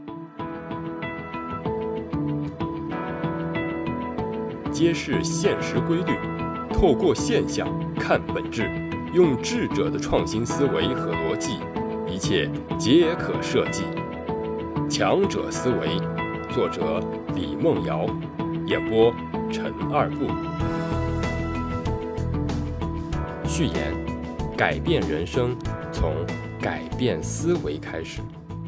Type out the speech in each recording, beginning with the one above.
揭示现实规律，透过现象看本质，用智者的创新思维和逻辑，一切皆可设计。强者思维，作者李梦瑶，演播陈二步。序言：改变人生，从改变思维开始。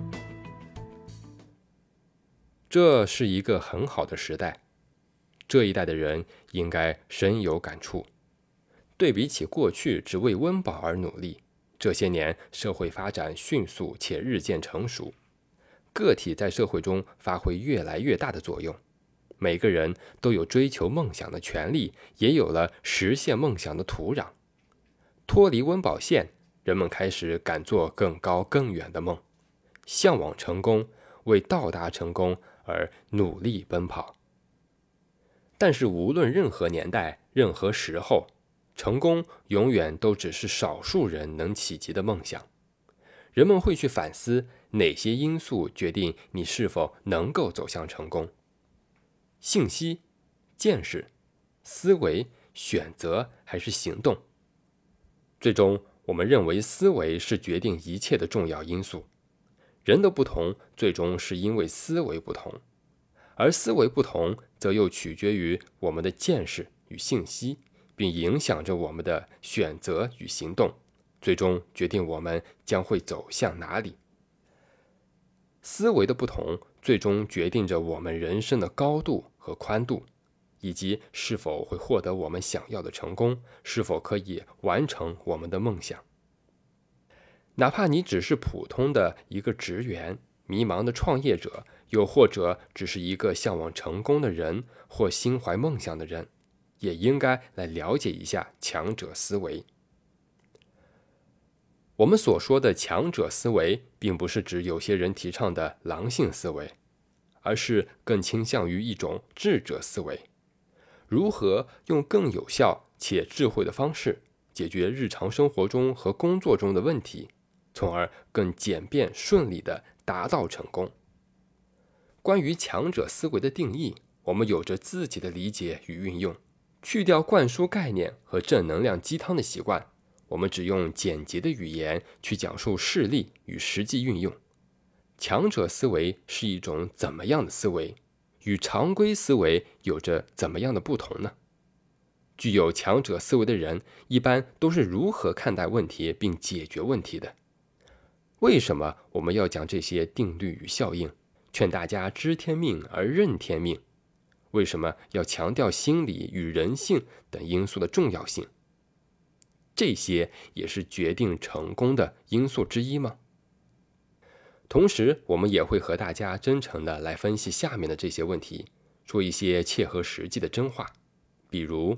这是一个很好的时代，这一代的人应该深有感触。对比起过去只为温饱而努力，这些年社会发展迅速且日渐成熟，个体在社会中发挥越来越大的作用。每个人都有追求梦想的权利，也有了实现梦想的土壤。脱离温饱线，人们开始敢做更高更远的梦，向往成功，为到达成功而努力奔跑。但是无论任何年代、任何时候，成功永远都只是少数人能企及的梦想。人们会去反思哪些因素决定你是否能够走向成功。信息、见识、思维、选择还是行动？最终，我们认为思维是决定一切的重要因素。人的不同，最终是因为思维不同，而思维不同，则又取决于我们的见识与信息，并影响着我们的选择与行动，最终决定我们将会走向哪里。思维的不同，最终决定着我们人生的高度和宽度，以及是否会获得我们想要的成功，是否可以完成我们的梦想。哪怕你只是普通的一个职员、迷茫的创业者，又或者只是一个向往成功的人或心怀梦想的人，也应该来了解一下强者思维。我们所说的强者思维，并不是指有些人提倡的狼性思维，而是更倾向于一种智者思维。如何用更有效且智慧的方式解决日常生活中和工作中的问题，从而更简便顺利地达到成功。关于强者思维的定义，我们有着自己的理解与运用，去掉灌输概念和正能量鸡汤的习惯，我们只用简洁的语言去讲述事例与实际运用。强者思维是一种怎么样的思维？与常规思维有着怎么样的不同呢？具有强者思维的人一般都是如何看待问题并解决问题的？为什么我们要讲这些定律与效应，劝大家知天命而任天命？为什么要强调心理与人性等因素的重要性？这些也是决定成功的因素之一吗？同时，我们也会和大家真诚地来分析下面的这些问题，说一些切合实际的真话。比如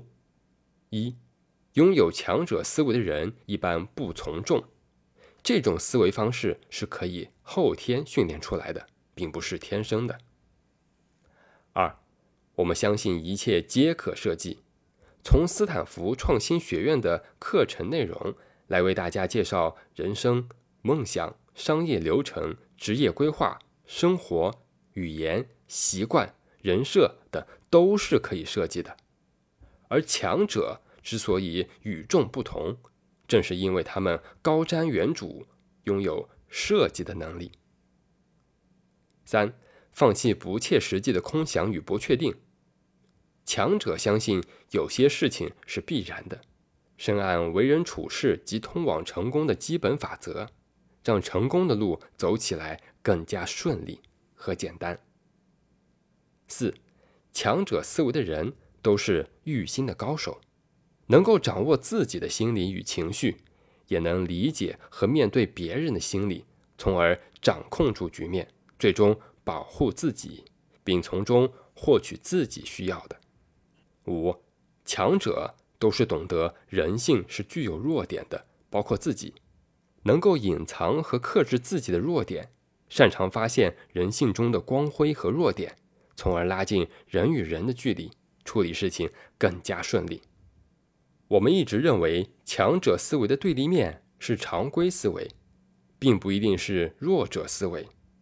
，1. 拥有强者思维的人一般不从众，这种思维方式是可以后天训练出来的，并不是天生的。2. 我们相信一切皆可设计。从斯坦福创新学院的课程内容来为大家介绍人生、梦想、商业流程、职业规划、生活、语言、习惯、人设等都是可以设计的。而强者之所以与众不同，正是因为他们高瞻远瞩，拥有设计的能力。3. 放弃不切实际的空想与不确定。强者相信有些事情是必然的，深谙为人处事及通往成功的基本法则，让成功的路走起来更加顺利和简单。4. 强者思维的人都是御心的高手，能够掌握自己的心理与情绪，也能理解和面对别人的心理，从而掌控住局面，最终保护自己，并从中获取自己需要的。5. 强者都是懂得人性是具有弱点的，包括自己，能够隐藏和克制自己的弱点，擅长发现人性中的光辉和弱点，从而拉近人与人的距离，处理事情更加顺利。我们一直认为强者思维的对立面是常规思维，并不一定是弱者思维，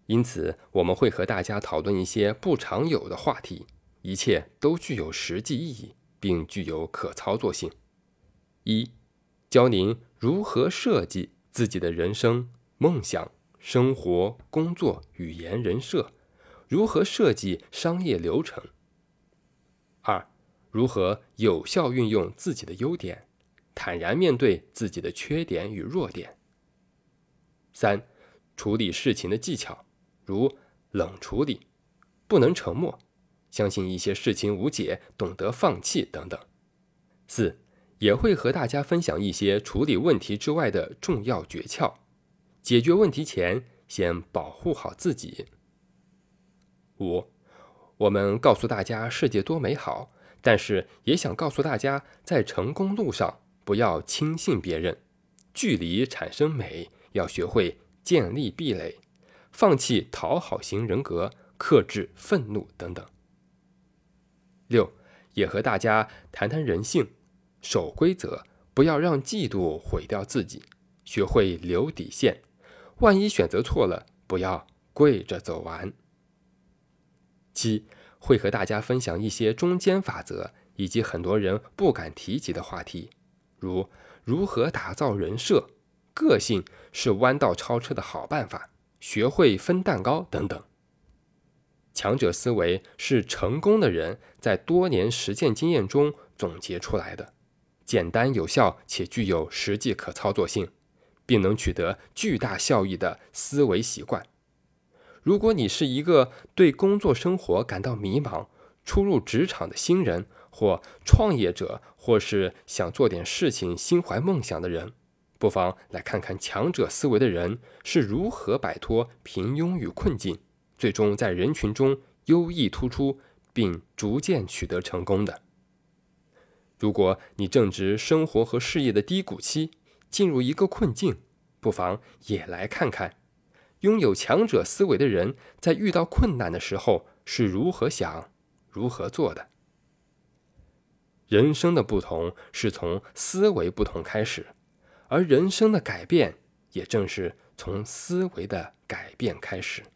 因此，我们会和大家讨论一些不常有的话题，一切都具有实际意义，并具有可操作性。一、教您如何设计自己的人生、梦想、生活、工作、语言、人设，如何设计商业流程。二、如何有效运用自己的优点，坦然面对自己的缺点与弱点。三、处理事情的技巧，如冷处理，不能沉默，相信一些事情无解，懂得放弃等等。四、也会和大家分享一些处理问题之外的重要诀窍，解决问题前先保护好自己。五、我们告诉大家世界多美好，但是也想告诉大家，在成功路上不要轻信别人，距离产生美，要学会建立壁垒，放弃讨好型人格，克制愤怒等等。六、也和大家谈谈人性，守规则，不要让嫉妒毁掉自己，学会留底线，万一选择错了，不要跪着走完。七、会和大家分享一些中间法则，以及很多人不敢提及的话题，如如何打造人设，个性是弯道超车的好办法，学会分蛋糕等等。强者思维是成功的人在多年实践经验中总结出来的，简单有效且具有实际可操作性，并能取得巨大效益的思维习惯。如果你是一个对工作生活感到迷茫、初入职场的新人，或创业者，或是想做点事情心怀梦想的人，不妨来看看强者思维的人是如何摆脱平庸与困境，最终在人群中优异突出，并逐渐取得成功的。如果你正值生活和事业的低谷期，进入一个困境，不妨也来看看拥有强者思维的人在遇到困难的时候是如何想、如何做的。人生的不同是从思维不同开始，而人生的改变也正是从思维的改变开始。